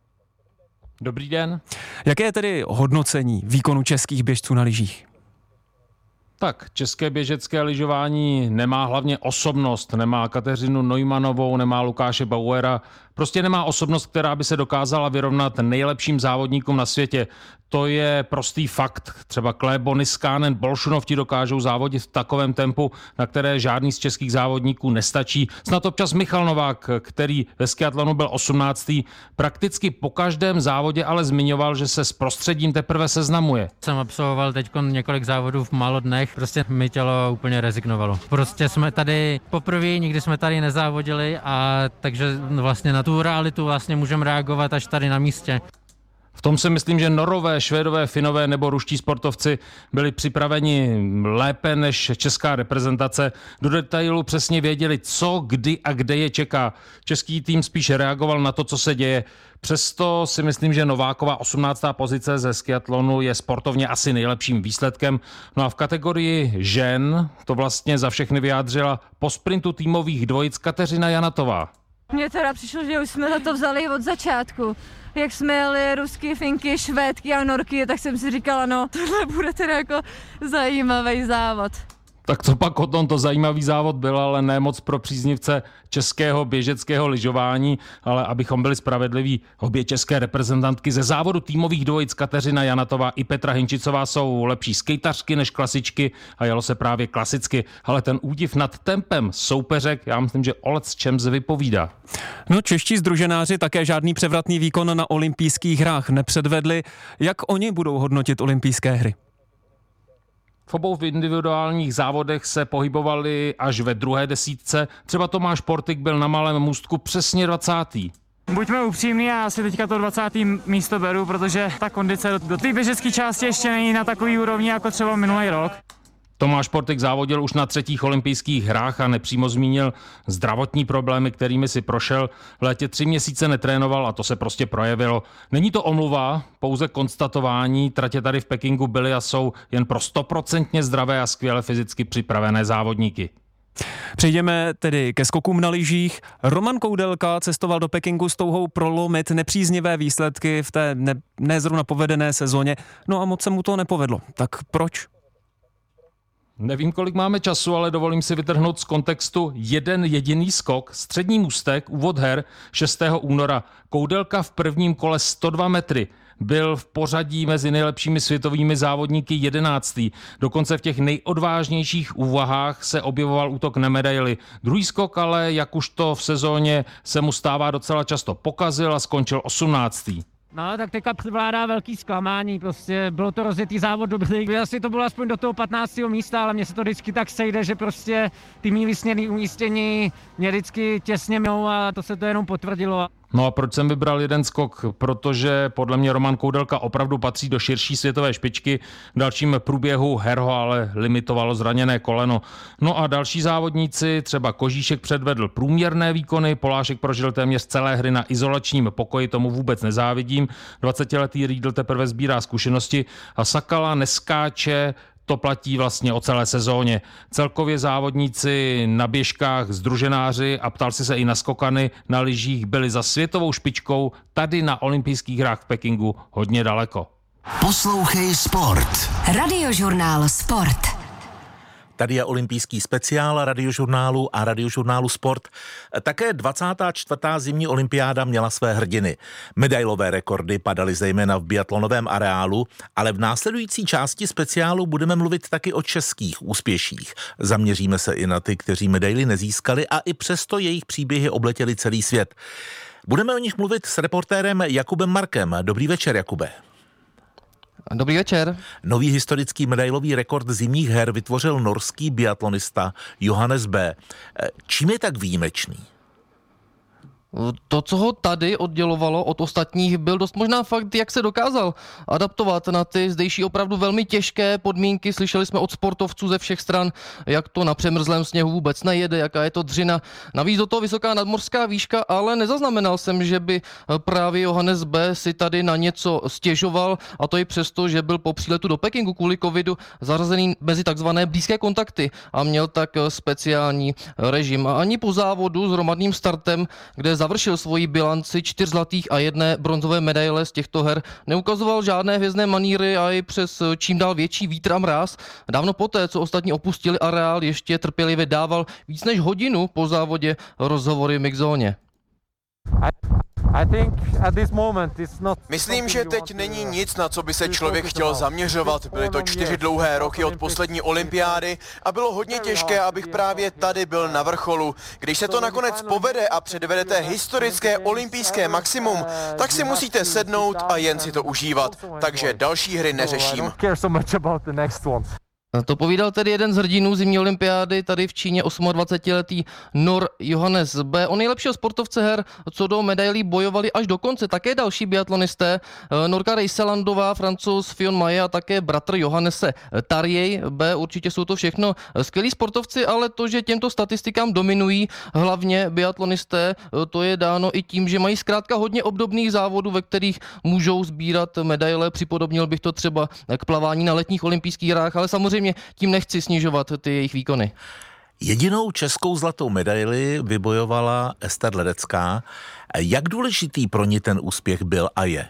[SPEAKER 15] Dobrý den.
[SPEAKER 3] Jaké je tedy hodnocení výkonu českých běžců na lyžích?
[SPEAKER 15] Tak, české běžecké lyžování nemá hlavně osobnost, nemá Kateřinu Neumannovou, nemá Lukáše Bauera, Prostě nemá osobnost, která by se dokázala vyrovnat nejlepším závodníkům na světě. To je prostý fakt. Třeba Klébo, Niskanen, Bolšunov ti dokážou závodit v takovém tempu, na které žádný z českých závodníků nestačí. Snad občas Michal Novák, který ve skiatlonu byl osmnáctý, prakticky po každém závodě ale zmiňoval, že se s prostředím teprve seznamuje.
[SPEAKER 16] Jsem absolvoval teď několik závodů v málo dnech, prostě mi tělo úplně rezignovalo. Prostě jsme tady poprvé, nikdy jsme tady nezávodili a takže vlastně na tu realitu vlastně můžeme reagovat až tady na místě.
[SPEAKER 15] V tom si myslím, že Norové, Švédové, Finové nebo ruští sportovci byli připraveni lépe než česká reprezentace. Do detailu přesně věděli, co, kdy a kde je čeká. Český tým spíše reagoval na to, co se děje. Přesto si myslím, že Nováková osmnáctá pozice ze skiatlonu je sportovně asi nejlepším výsledkem. No a v kategorii žen to vlastně za všechny vyjádřila po sprintu týmových dvojic Kateřina Janatová.
[SPEAKER 17] Mně teda přišlo, že už jsme za to vzali od začátku. Jak jsme jeli rusky, finky, švédky a norky, tak jsem si říkala, no tohle bude teda jako zajímavý závod.
[SPEAKER 15] Tak to pak o tomto zajímavý závod byl, ale ne moc pro příznivce českého běžeckého lyžování, ale abychom byli spravedliví, obě české reprezentantky ze závodu týmových dvojic Kateřina Janatová i Petra Hinčicová jsou lepší skejtařky než klasičky a jelo se právě klasicky, ale ten údiv nad tempem soupeřek, já myslím, že olec čemž vypovídá.
[SPEAKER 3] No, čeští sdruženáři také žádný převratný výkon na olympijských hrách nepředvedli. Jak oni budou hodnotit olympijské hry?
[SPEAKER 15] V obou v individuálních závodech se pohybovali až ve druhé desítce. Třeba Tomáš Portik byl na malém můstku přesně dvacátý.
[SPEAKER 18] Buďme upřímní, já si teďka to dvacáté místo beru, protože ta kondice do té běžecké části ještě není na takový úrovni jako třeba minulý rok.
[SPEAKER 15] Tomáš Portik závodil už na třetích olympijských hrách a nepřímo zmínil zdravotní problémy, kterými si prošel. V létě tři měsíce netrénoval a to se prostě projevilo. Není to omluva, pouze konstatování. Tratě tady v Pekingu byly a jsou jen pro stoprocentně zdravé a skvěle fyzicky připravené závodníky.
[SPEAKER 3] Přejdeme tedy ke skokům na lyžích. Roman Koudelka cestoval do Pekingu s touhou prolomit nepříznivé výsledky v té ne, nezrovna povedené sezóně. No a moc se mu to nepovedlo. Tak proč?
[SPEAKER 15] Nevím, kolik máme času, ale dovolím si vytrhnout z kontextu jeden jediný skok. Střední můstek, úvod her, šestého února. Koudelka v prvním kole sto dva metry. Byl v pořadí mezi nejlepšími světovými závodníky jedenáctý. Dokonce v těch nejodvážnějších úvahách se objevoval útok na medaili. Druhý skok ale, jak už to v sezóně se mu stává docela často, pokazil a skončil osmnáctý.
[SPEAKER 16] No, tak teďka převládá velký zklamání, prostě bylo to rozjetý závod dobrý. Asi to bylo aspoň do toho patnáctého místa, ale mně se to vždycky tak sejde, že prostě ty mý vysněný umístění mě vždycky těsně mnou a to se to jenom potvrdilo.
[SPEAKER 15] No a proč jsem vybral jeden skok? Protože podle mě Roman Koudelka opravdu patří do širší světové špičky. V dalším průběhu her ho ale limitovalo zraněné koleno. No a další závodníci, třeba Kožíšek předvedl průměrné výkony, Polášek prožil téměř celé hry na izolačním pokoji, tomu vůbec nezávidím. dvacetiletý Riedl teprve sbírá zkušenosti a Sakala neskáče. To platí vlastně o celé sezóně. Celkově závodníci na běžkách, sdruženáři a ptal si se i na skokany na lyžích byli za světovou špičkou tady na olympijských hrách v Pekingu hodně daleko.
[SPEAKER 1] Poslouchej Sport. Radiožurnál Sport.
[SPEAKER 2] Tady je olympijský speciál Radiožurnálu a Radiožurnálu Sport. Také dvacátá čtvrtá zimní olympiáda měla své hrdiny. Medailové rekordy padaly zejména v biatlonovém areálu, ale v následující části speciálu budeme mluvit taky o českých úspěších. Zaměříme se i na ty, kteří medaily nezískali a i přesto jejich příběhy obletěly celý svět. Budeme o nich mluvit s reportérem Jakubem Markem. Dobrý večer, Jakube.
[SPEAKER 19] Dobrý večer.
[SPEAKER 2] Nový historický medailový rekord zimních her vytvořil norský biatlonista Johannes B. Čím je tak výjimečný?
[SPEAKER 19] To, co ho tady oddělovalo od ostatních, byl dost možná fakt, jak se dokázal adaptovat na ty zdejší opravdu velmi těžké podmínky. Slyšeli jsme od sportovců ze všech stran, jak to na přemrzlém sněhu vůbec nejede, jaká je to dřina. Navíc do toho vysoká nadmořská výška, ale nezaznamenal jsem, že by právě Johannes B. si tady na něco stěžoval, a to i přesto, že byl po příletu do Pekingu kvůli covidu zařazený mezi takzvané blízké kontakty a měl tak speciální režim. A ani po závodu s hromadným startem, kde završil svoji bilanci čtyř zlatých a jedné bronzové medaile z těchto her, neukazoval žádné hvězdné maníry a i přes čím dál větší vítr a mráz. Dávno poté, co ostatní opustili areál, ještě trpělivě dával víc než hodinu po závodě rozhovory v mixzóně.
[SPEAKER 10] Myslím, že teď není nic, na co by se člověk chtěl zaměřovat. Byly to čtyři dlouhé roky od poslední olympiády a bylo hodně těžké, abych právě tady byl na vrcholu. Když se to nakonec povede a předvedete historické olympijské maximum, tak si musíte sednout a jen si to užívat. Takže další hry neřeším.
[SPEAKER 19] To povídal tedy jeden z hrdinů zimní olympiády tady v Číně, dvacetiosmiletý Nor Johannes B. O nejlepšího sportovce her, co do medailí bojovali až do konce. Také další biatlonisté, Norka Rejselandová, Francouz Fionn Maje a také bratr Johannese Tarjei B. Určitě jsou to všechno skvělí sportovci, ale to, že těmto statistikám dominují hlavně biatlonisté, to je dáno i tím, že mají zkrátka hodně obdobných závodů, ve kterých můžou sbírat medaile. Připodobnil bych to třeba k plavání na letních olympijských hrách, ale samozřejmě tím nechci snižovat ty jejich výkony.
[SPEAKER 2] Jedinou českou zlatou medaili vybojovala Ester Ledecká. Jak důležitý pro ní ten úspěch byl a je?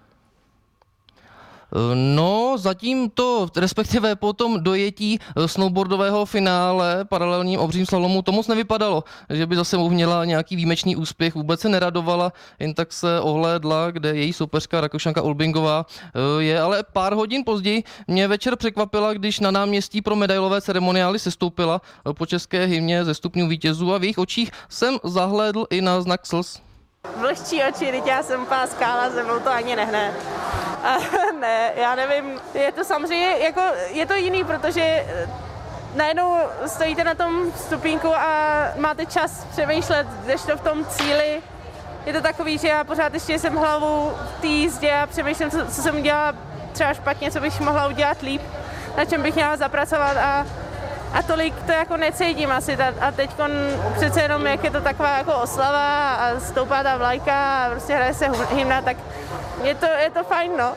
[SPEAKER 19] No, zatím to, respektive po tom dojetí snowboardového finále paralelním obřím slalomu, to moc nevypadalo, že by zase měla nějaký výjimečný úspěch, vůbec se neradovala, jen tak se ohlédla, kde její soupeřka Rakušanka Olbingová je, ale pár hodin později mě večer překvapila, když na náměstí pro medailové ceremoniály sestoupila po české hymně ze stupňů vítězů a v jejich očích jsem zahlédl i náznak slz.
[SPEAKER 20] Vlhčí oči, teď já jsem úplná skála, ze mnou to ani nehne. A ne, já nevím, je to samozřejmě, jako, je to jiný, protože najednou stojíte na tom stupínku a máte čas přemýšlet, jdeš to v tom cíli. Je to takový, že já pořád ještě jsem hlavou v té jízdě a přemýšlím, co, co jsem udělala třeba špatně, co bych mohla udělat líp, na čem bych měla zapracovat a A tolik to jako necítím asi. A teď přece jenom, jak je to taková jako oslava a stoupá ta vlajka a prostě hraje se hymna, tak je to, je to fajn, no.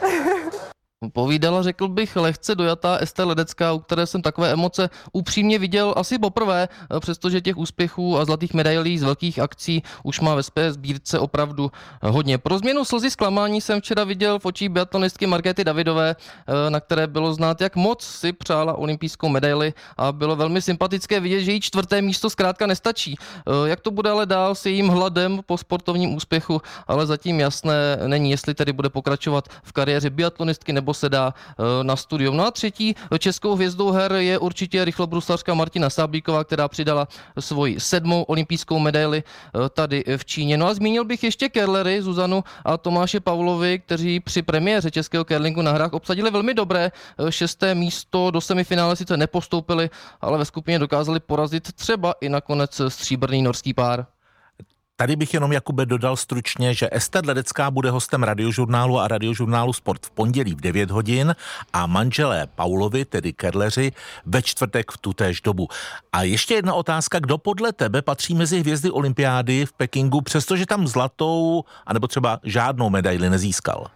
[SPEAKER 19] Povídala, řekl bych, lehce dojatá Ester Ledecká, u které jsem takové emoce upřímně viděl asi poprvé, přestože těch úspěchů a zlatých medailí z velkých akcí už má ve své sbírce opravdu hodně. Pro změnu slzy zklamání jsem včera viděl v očích biatlonistky Markéty Davidové, na které bylo znát, jak moc si přála olympijskou medaili a bylo velmi sympatické vidět, že jí čtvrté místo zkrátka nestačí. Jak to bude ale dál s jejím hladem po sportovním úspěchu, ale zatím jasné není, jestli tedy bude pokračovat v kariéře biatlonistky nebo se dá na studium. No a třetí českou hvězdou her je určitě rychlobruslařka Martina Sáblíková, která přidala svoji sedmou olympijskou medaili tady v Číně. No a zmínil bych ještě curlery Zuzanu a Tomáše Pavlovi, kteří při premiéře českého curlingu na hrách obsadili velmi dobré šesté místo. Do semifinále sice nepostoupili, ale ve skupině dokázali porazit třeba i nakonec stříbrný norský pár.
[SPEAKER 2] Tady bych jenom, Jakube, dodal stručně, že Ester Ledecká bude hostem Radiožurnálu a Radiožurnálu Sport v pondělí v devět hodin a manželé Paulovi, tedy curleři, ve čtvrtek v tutéž dobu. A ještě jedna otázka, kdo podle tebe patří mezi hvězdy olympiády v Pekingu, přestože tam zlatou, anebo třeba žádnou medaili nezískal?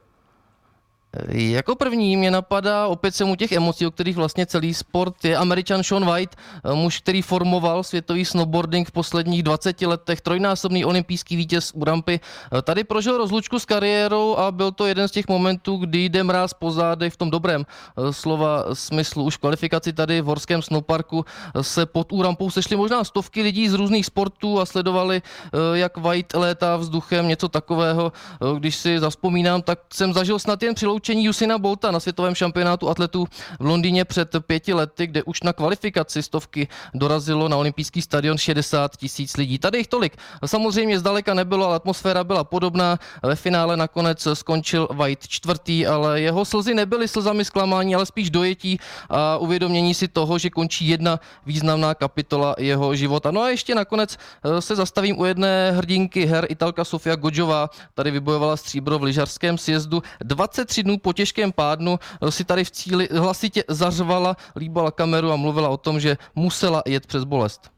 [SPEAKER 19] Jako první mě napadá, opět jsem u těch emocí, o kterých vlastně celý sport je, Američan Shaun White, muž, který formoval světový snowboarding v posledních dvaceti letech, trojnásobný olympijský vítěz u rampy. Tady prožil rozlučku s kariérou a byl to jeden z těch momentů, kdy jde mráz po zádech v tom dobrém slova smyslu. Už v kvalifikaci tady v horském snowparku se pod U rampou sešly možná stovky lidí z různých sportů a sledovali, jak White létá vzduchem, něco takového. Když si zavzpomínám, tak jsem zažil snad jen přiloučení Usaina Bolta na světovém šampionátu atletů v Londýně před pěti lety, kde už na kvalifikaci stovky dorazilo na olympijský stadion šedesát tisíc lidí. Tady jich tolik. Samozřejmě zdaleka nebylo, ale atmosféra byla podobná. Ve finále nakonec skončil White čtvrtý, ale jeho slzy nebyly slzami zklamání, ale spíš dojetí a uvědomění si toho, že končí jedna významná kapitola jeho života. No a ještě nakonec se zastavím u jedné hrdinky her, Italka Sofia Godžová. Tady vybojovala stříbro v lyžařském sjezdu. dvacet tři dnů po těžkém pádnu si tady v cíli hlasitě zařvala, líbala kameru a mluvila o tom, že musela jet přes bolest.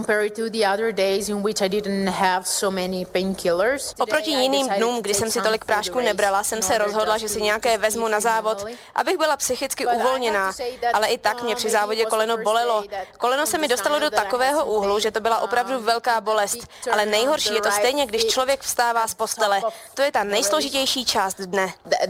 [SPEAKER 4] Oproti jiným dnům, kdy jsem si tolik prášků nebrala, jsem se rozhodla, že si nějaké vezmu na závod, abych byla psychicky uvolněná. Ale i tak mě při závodě koleno bolelo. Koleno se mi dostalo do takového úhlu, že to byla opravdu velká bolest. Ale nejhorší je to stejně, když člověk vstává z postele. To je ta nejsložitější část dne.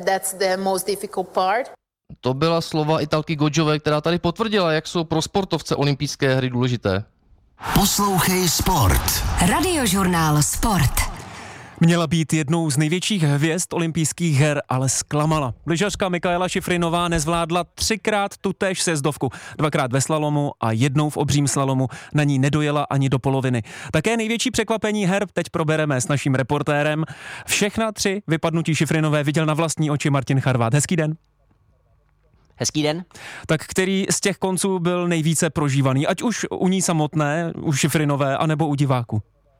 [SPEAKER 19] To byla slova Italky Godžové, která tady potvrdila, jak jsou pro sportovce olympijské hry důležité.
[SPEAKER 1] Poslouchej Sport. Radiožurnál Sport.
[SPEAKER 3] Měla být jednou z největších hvězd olympijských her, ale zklamala. Lyžařka Mikaela Šifrinová nezvládla třikrát tutéž sjezdovku. Dvakrát ve slalomu a jednou v obřím slalomu. Na ní nedojela ani do poloviny. Také největší překvapení her teď probereme s naším reportérem. Všechna tři vypadnutí Šifrinové viděl na vlastní oči Martin Charvát. Hezký den.
[SPEAKER 21] Hezký den.
[SPEAKER 3] Tak který z těch konců byl nejvíce prožívaný? Ať už u ní samotné, u Šifrinové, anebo u diváků?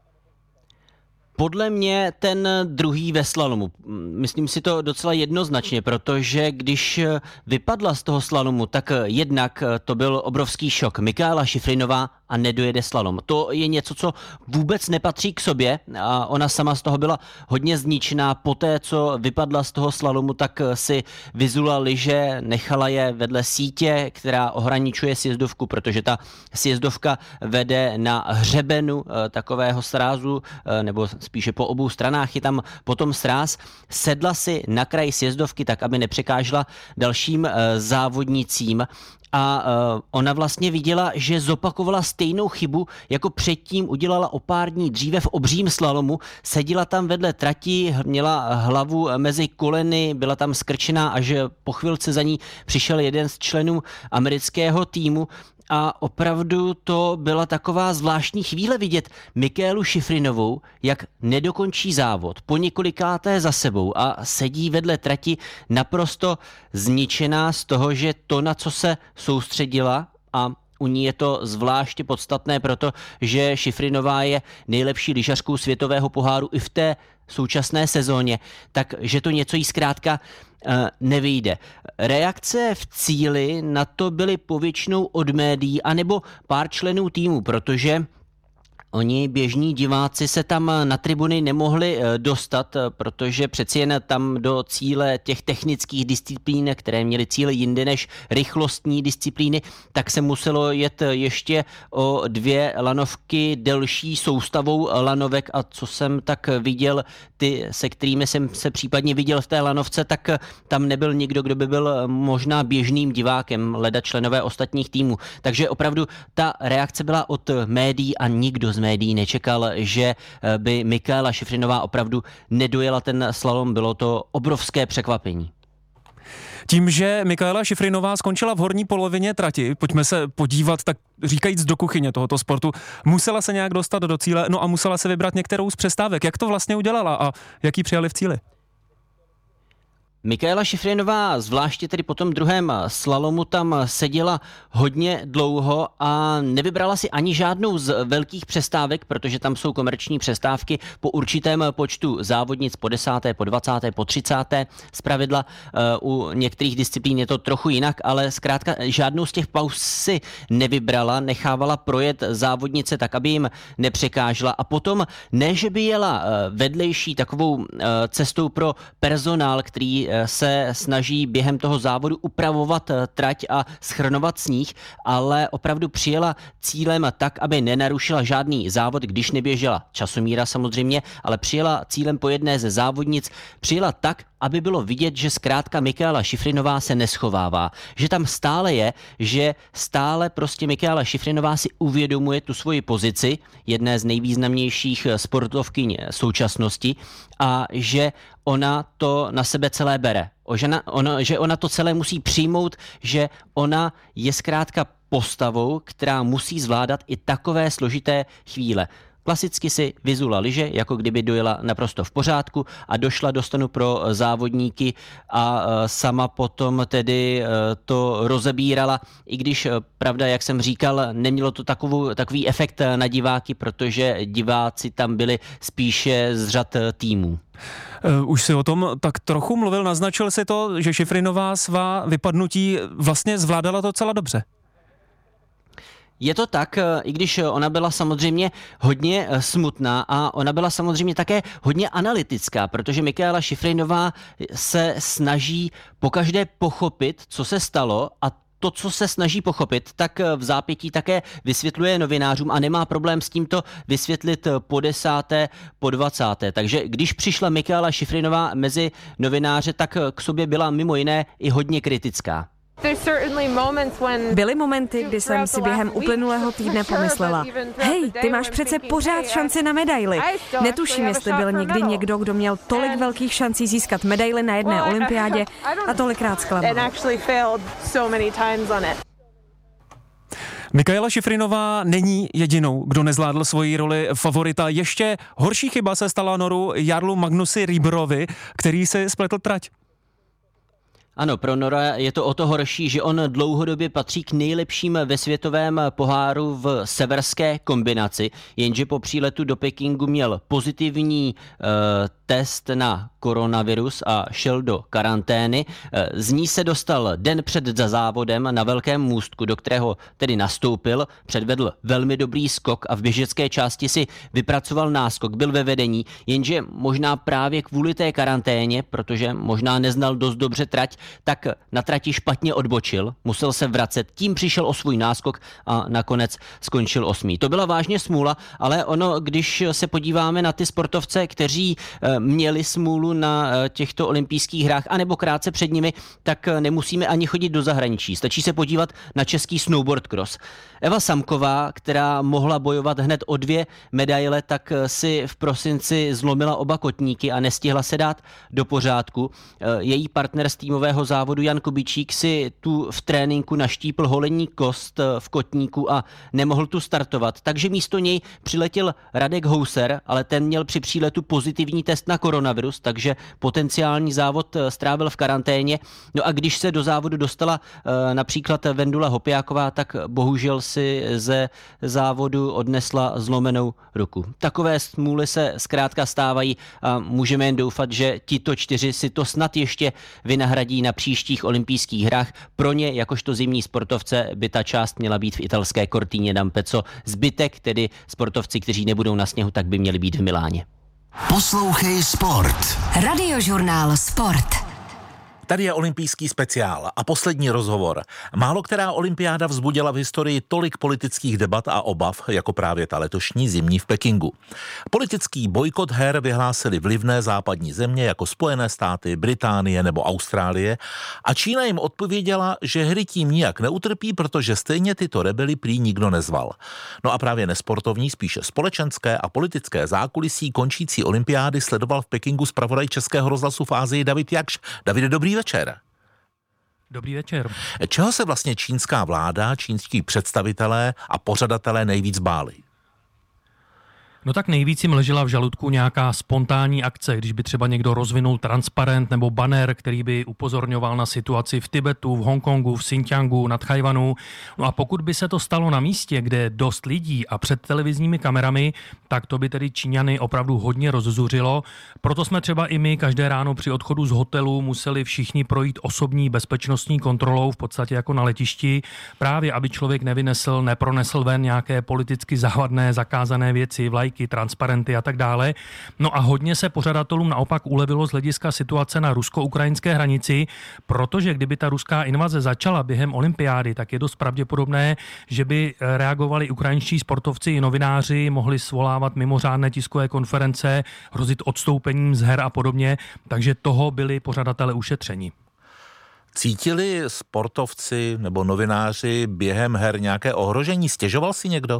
[SPEAKER 21] Podle mě ten druhý ve slalomu. Myslím si to docela jednoznačně, protože když vypadla z toho slalomu, tak jednak to byl obrovský šok. Mikaela Šifrinová a nedojede slalom. To je něco, co vůbec nepatří k sobě a ona sama z toho byla hodně zničená. Poté, co vypadla z toho slalomu, tak si vyzula lyže, nechala je vedle sítě, která ohraničuje sjezdovku, protože ta sjezdovka vede na hřebenu takového srázu, nebo spíše po obou stranách je tam potom sráz. Sedla si na kraj sjezdovky tak, aby nepřekážela dalším závodnicím. A uh, ona vlastně viděla, že zopakovala stejnou chybu, jako předtím udělala o pár dní dříve v obřím slalomu. Seděla tam vedle trati, měla hlavu mezi koleny, byla tam skrčená, až po chvilce za ní přišel jeden z členů amerického týmu. A opravdu to byla taková zvláštní chvíle vidět Mikaelu Šifrinovou, jak nedokončí závod po několikáté za sebou a sedí vedle trati naprosto zničená z toho, že to, na co se soustředila, a u ní je to zvláště podstatné, protože Šifrinová je nejlepší lyžařkou světového poháru i v té současné sezóně, takže to něco jí zkrátka nevyjde. Reakce v cíli na to byly povětšinou od médií anebo pár členů týmu, protože oni běžní diváci se tam na tribuny nemohli dostat, protože přeci jen tam do cíle těch technických disciplín, které měly cíle jinde než rychlostní disciplíny, tak se muselo jet ještě o dvě lanovky delší soustavou lanovek a co jsem tak viděl, ty, se kterými jsem se případně viděl v té lanovce, tak tam nebyl nikdo, kdo by byl možná běžným divákem, leda členové ostatních týmů. Takže opravdu ta reakce byla od médií a nikdo z médií nečekal, že by Mikaela Šifrinová opravdu nedojela ten slalom. Bylo to obrovské překvapení.
[SPEAKER 3] Tím, že Mikaela Šifrinová skončila v horní polovině trati, pojďme se podívat, tak říkajíc do kuchyně tohoto sportu, musela se nějak dostat do cíle, no a musela se vybrat některou z přestávek. Jak to vlastně udělala a jak ji přijali v cíli?
[SPEAKER 21] Mikaela Šifrinová, zvláště tedy po tom druhém slalomu, tam seděla hodně dlouho a nevybrala si ani žádnou z velkých přestávek, protože tam jsou komerční přestávky po určitém počtu závodnic, po desáté, po dvacáté, po třicáté. Zpravidla u některých disciplín je to trochu jinak, ale zkrátka žádnou z těch pauz si nevybrala, nechávala projet závodnice tak, aby jim nepřekážela a potom ne, že by jela vedlejší takovou cestou pro personál, který se snaží během toho závodu upravovat trať a schrnovat sníh, ale opravdu přijela cílem tak, aby nenarušila žádný závod, když neběžela časomíra samozřejmě, ale přijela cílem po jedné ze závodnic, přijela tak, aby bylo vidět, že zkrátka Mikaela Šifrinová se neschovává, že tam stále je, že stále prostě Mikaela Šifrinová si uvědomuje tu svoji pozici, jedné z nejvýznamnějších sportovkyň současnosti, a že ona to na sebe celé bere. Že ona, ona, že ona to celé musí přijmout, že ona je zkrátka postavou, která musí zvládat i takové složité chvíle. Klasicky si vyzula lyže, jako kdyby dojela naprosto v pořádku a došla do stanu pro závodníky a sama potom tedy to rozebírala, i když pravda, jak jsem říkal, nemělo to takovou, takový efekt na diváky, protože diváci tam byli spíše z řad týmů.
[SPEAKER 3] Už si o tom tak trochu mluvil, naznačil si to, že Šifrinová svá vypadnutí vlastně zvládala to docela dobře.
[SPEAKER 21] Je to tak, i když ona byla samozřejmě hodně smutná a ona byla samozřejmě také hodně analytická, protože Mikaela Šifrinová se snaží pokaždé pochopit, co se stalo, a to, co se snaží pochopit, tak v zápětí také vysvětluje novinářům a nemá problém s tímto vysvětlit po desáté, po dvacáté. Takže když přišla Mikaela Šifrinová mezi novináře, tak k sobě byla mimo jiné i hodně kritická.
[SPEAKER 5] Byly momenty, kdy jsem si během uplynulého týdne pomyslela, hej, ty máš přece pořád šanci na medaili. Netuším, jestli byl někdy někdo, kdo měl tolik velkých šancí získat medaili na jedné olympiádě a tolikrát zklamal.
[SPEAKER 3] Mikaela Šifrinová není jedinou, kdo nezvládl svoji roli favorita. Ještě horší chyba se stala Noru Jarlu Magnusi Rieberovi, který si spletl trať.
[SPEAKER 21] Ano, pro Nora je to o to horší, že on dlouhodobě patří k nejlepším ve světovém poháru v severské kombinaci, jenže po příletu do Pekingu měl pozitivní uh, test na koronavirus a šel do karantény. Z ní se dostal den před za závodem na velkém můstku, do kterého tedy nastoupil, předvedl velmi dobrý skok a v běžecké části si vypracoval náskok, byl ve vedení, jenže možná právě kvůli té karanténě, protože možná neznal dost dobře trať, tak na trati špatně odbočil, musel se vracet, tím přišel o svůj náskok a nakonec skončil osmý. To byla vážně smůla, ale ono, když se podíváme na ty sportovce, kteří měli smůlu na těchto olympijských hrách, anebo krátce před nimi, tak nemusíme ani chodit do zahraničí. Stačí se podívat na český snowboard cross. Eva Samková, která mohla bojovat hned o dvě medaile, tak si v prosinci zlomila oba kotníky a nestihla se dát do pořádku. Její partner z týmového závodu Jan Kubičík si tu v tréninku naštípl holenní kost v kotníku a nemohl tu startovat. Takže místo něj přiletěl Radek Houser, ale ten měl při příletu pozitivní test na koronavirus, takže potenciální závod strávil v karanténě. No a když se do závodu dostala například Vendula Hopiáková, tak bohužel si ze závodu odnesla zlomenou ruku. Takové smůly se zkrátka stávají a můžeme jen doufat, že tito čtyři si to snad ještě vynahradí na příštích olympijských hrách. Pro ně, jakožto zimní sportovce, by ta část měla být v italské Cortině d'Ampezzo. Zbytek, tedy sportovci, kteří nebudou na sněhu, tak by měli být v Miláně.
[SPEAKER 1] Poslouchej Sport. Radiožurnál Sport.
[SPEAKER 2] Tady je olympijský speciál a poslední rozhovor. Málo která olympiáda vzbudila v historii tolik politických debat a obav, jako právě ta letošní zimní v Pekingu. Politický bojkot her vyhlásily vlivné západní země jako Spojené státy, Británie nebo Austrálie a Čína jim odpověděla, že hry tím nijak neutrpí, protože stejně tyto rebely prý nikdo nezval. No a právě nesportovní, spíše společenské a politické zákulisí končící olympiády sledoval v Pekingu zpravodaj Českého rozhlasu v Asii David Jakš. Davide, dobrý večer.
[SPEAKER 22] Dobrý večer.
[SPEAKER 2] Čeho se vlastně čínská vláda, čínští představitelé a pořadatelé nejvíc báli?
[SPEAKER 22] No tak nejvíc jim ležela v žaludku nějaká spontánní akce, když by třeba někdo rozvinul transparent nebo banner, který by upozorňoval na situaci v Tibetu, v Hongkongu, v Xinjiangu, nad Tchajwanu. No a pokud by se to stalo na místě, kde je dost lidí a před televizními kamerami, tak to by tedy Číňany opravdu hodně rozzuřilo. Proto jsme třeba i my každé ráno při odchodu z hotelu museli všichni projít osobní bezpečnostní kontrolou, v podstatě jako na letišti, právě aby člověk nevynesl, nepronesl ven nějaké politicky závadné, zakázané věci, vlajky, transparenty a tak dále. No a hodně se pořadatelům naopak ulevilo z hlediska situace na rusko-ukrajinské hranici, protože kdyby ta ruská invaze začala během olympiády, tak je dost pravděpodobné, že by reagovali ukrajinští sportovci i novináři, mohli svolávat mimořádné tiskové konference, hrozit odstoupením z her a podobně, takže toho byli pořadatelé ušetřeni.
[SPEAKER 2] Cítili sportovci nebo novináři během her nějaké ohrožení? Stěžoval si někdo?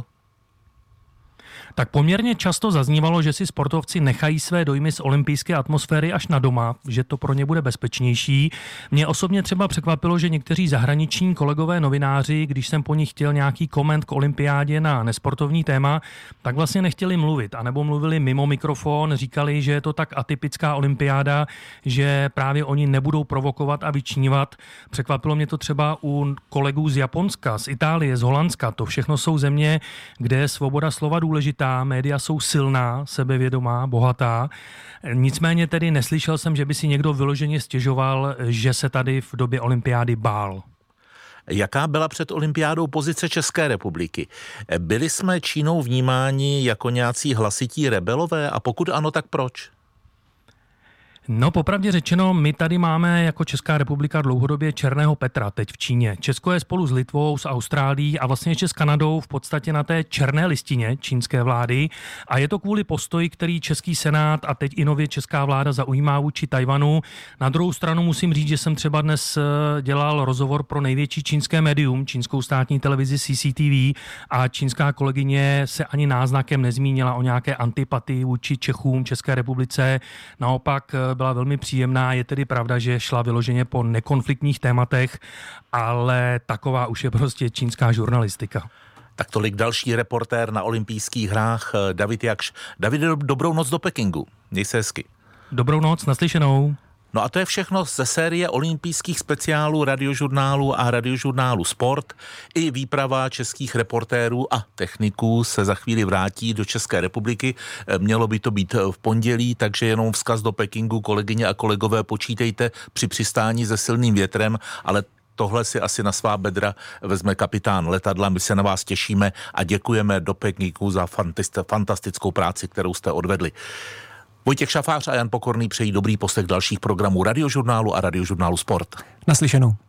[SPEAKER 22] Tak poměrně často zaznívalo, že si sportovci nechají své dojmy z olympijské atmosféry až na doma, že to pro ně bude bezpečnější. Mě osobně třeba překvapilo, že někteří zahraniční kolegové novináři, když jsem po nich chtěl nějaký koment k olympiádě na nesportovní téma, tak vlastně nechtěli mluvit, anebo mluvili mimo mikrofon, říkali, že je to tak atypická olympiáda, že právě oni nebudou provokovat a vyčnívat. Překvapilo mě to třeba u kolegů z Japonska, z Itálie, z Holandska. To všechno jsou země, kde je svoboda slova důležitá. Média jsou silná, sebevědomá, bohatá. Nicméně tedy neslyšel jsem, že by si někdo vyloženě stěžoval, že se tady v době olympiády bál.
[SPEAKER 2] Jaká byla před olympiádou pozice České republiky? Byli jsme Čínou vnímáni jako nějací hlasití rebelové a pokud ano, tak proč?
[SPEAKER 22] No, popravdě řečeno, my tady máme jako Česká republika dlouhodobě černého Petra teď v Číně. Česko je spolu s Litvou, s Austrálií a vlastně ještě s Kanadou v podstatě na té černé listině čínské vlády a je to kvůli postoji, který český senát a teď i nově česká vláda zaujímá vůči Tajvanu. Na druhou stranu musím říct, že jsem třeba dnes dělal rozhovor pro největší čínské médium, čínskou státní televizi C C T V a čínská kolegyně se ani náznakem nezmínila o nějaké antipatii vůči Čechům, České republice. Naopak byla velmi příjemná. Je tedy pravda, že šla vyloženě po nekonfliktních tématech, ale taková už je prostě čínská žurnalistika.
[SPEAKER 2] Tak tolik další reportér na olympijských hrách David Jakš. David, dobrou noc do Pekingu. Měj se hezky.
[SPEAKER 22] Dobrou noc, naslyšenou.
[SPEAKER 2] No a to je všechno ze série olympijských speciálů Radiožurnálu a Radiožurnálu Sport. I výprava českých reportérů a techniků se za chvíli vrátí do České republiky. Mělo by to být v pondělí, takže jenom vzkaz do Pekingu, kolegyně a kolegové, počítejte při přistání se silným větrem, ale tohle si asi na svá bedra vezme kapitán letadla. My se na vás těšíme a děkujeme do Pekingu za fantastickou práci, kterou jste odvedli. Vojtěch Šafář a Jan Pokorný přejí dobrý poslech dalších programů Radiožurnálu a Radiožurnálu Sport.
[SPEAKER 3] Naslyšenou.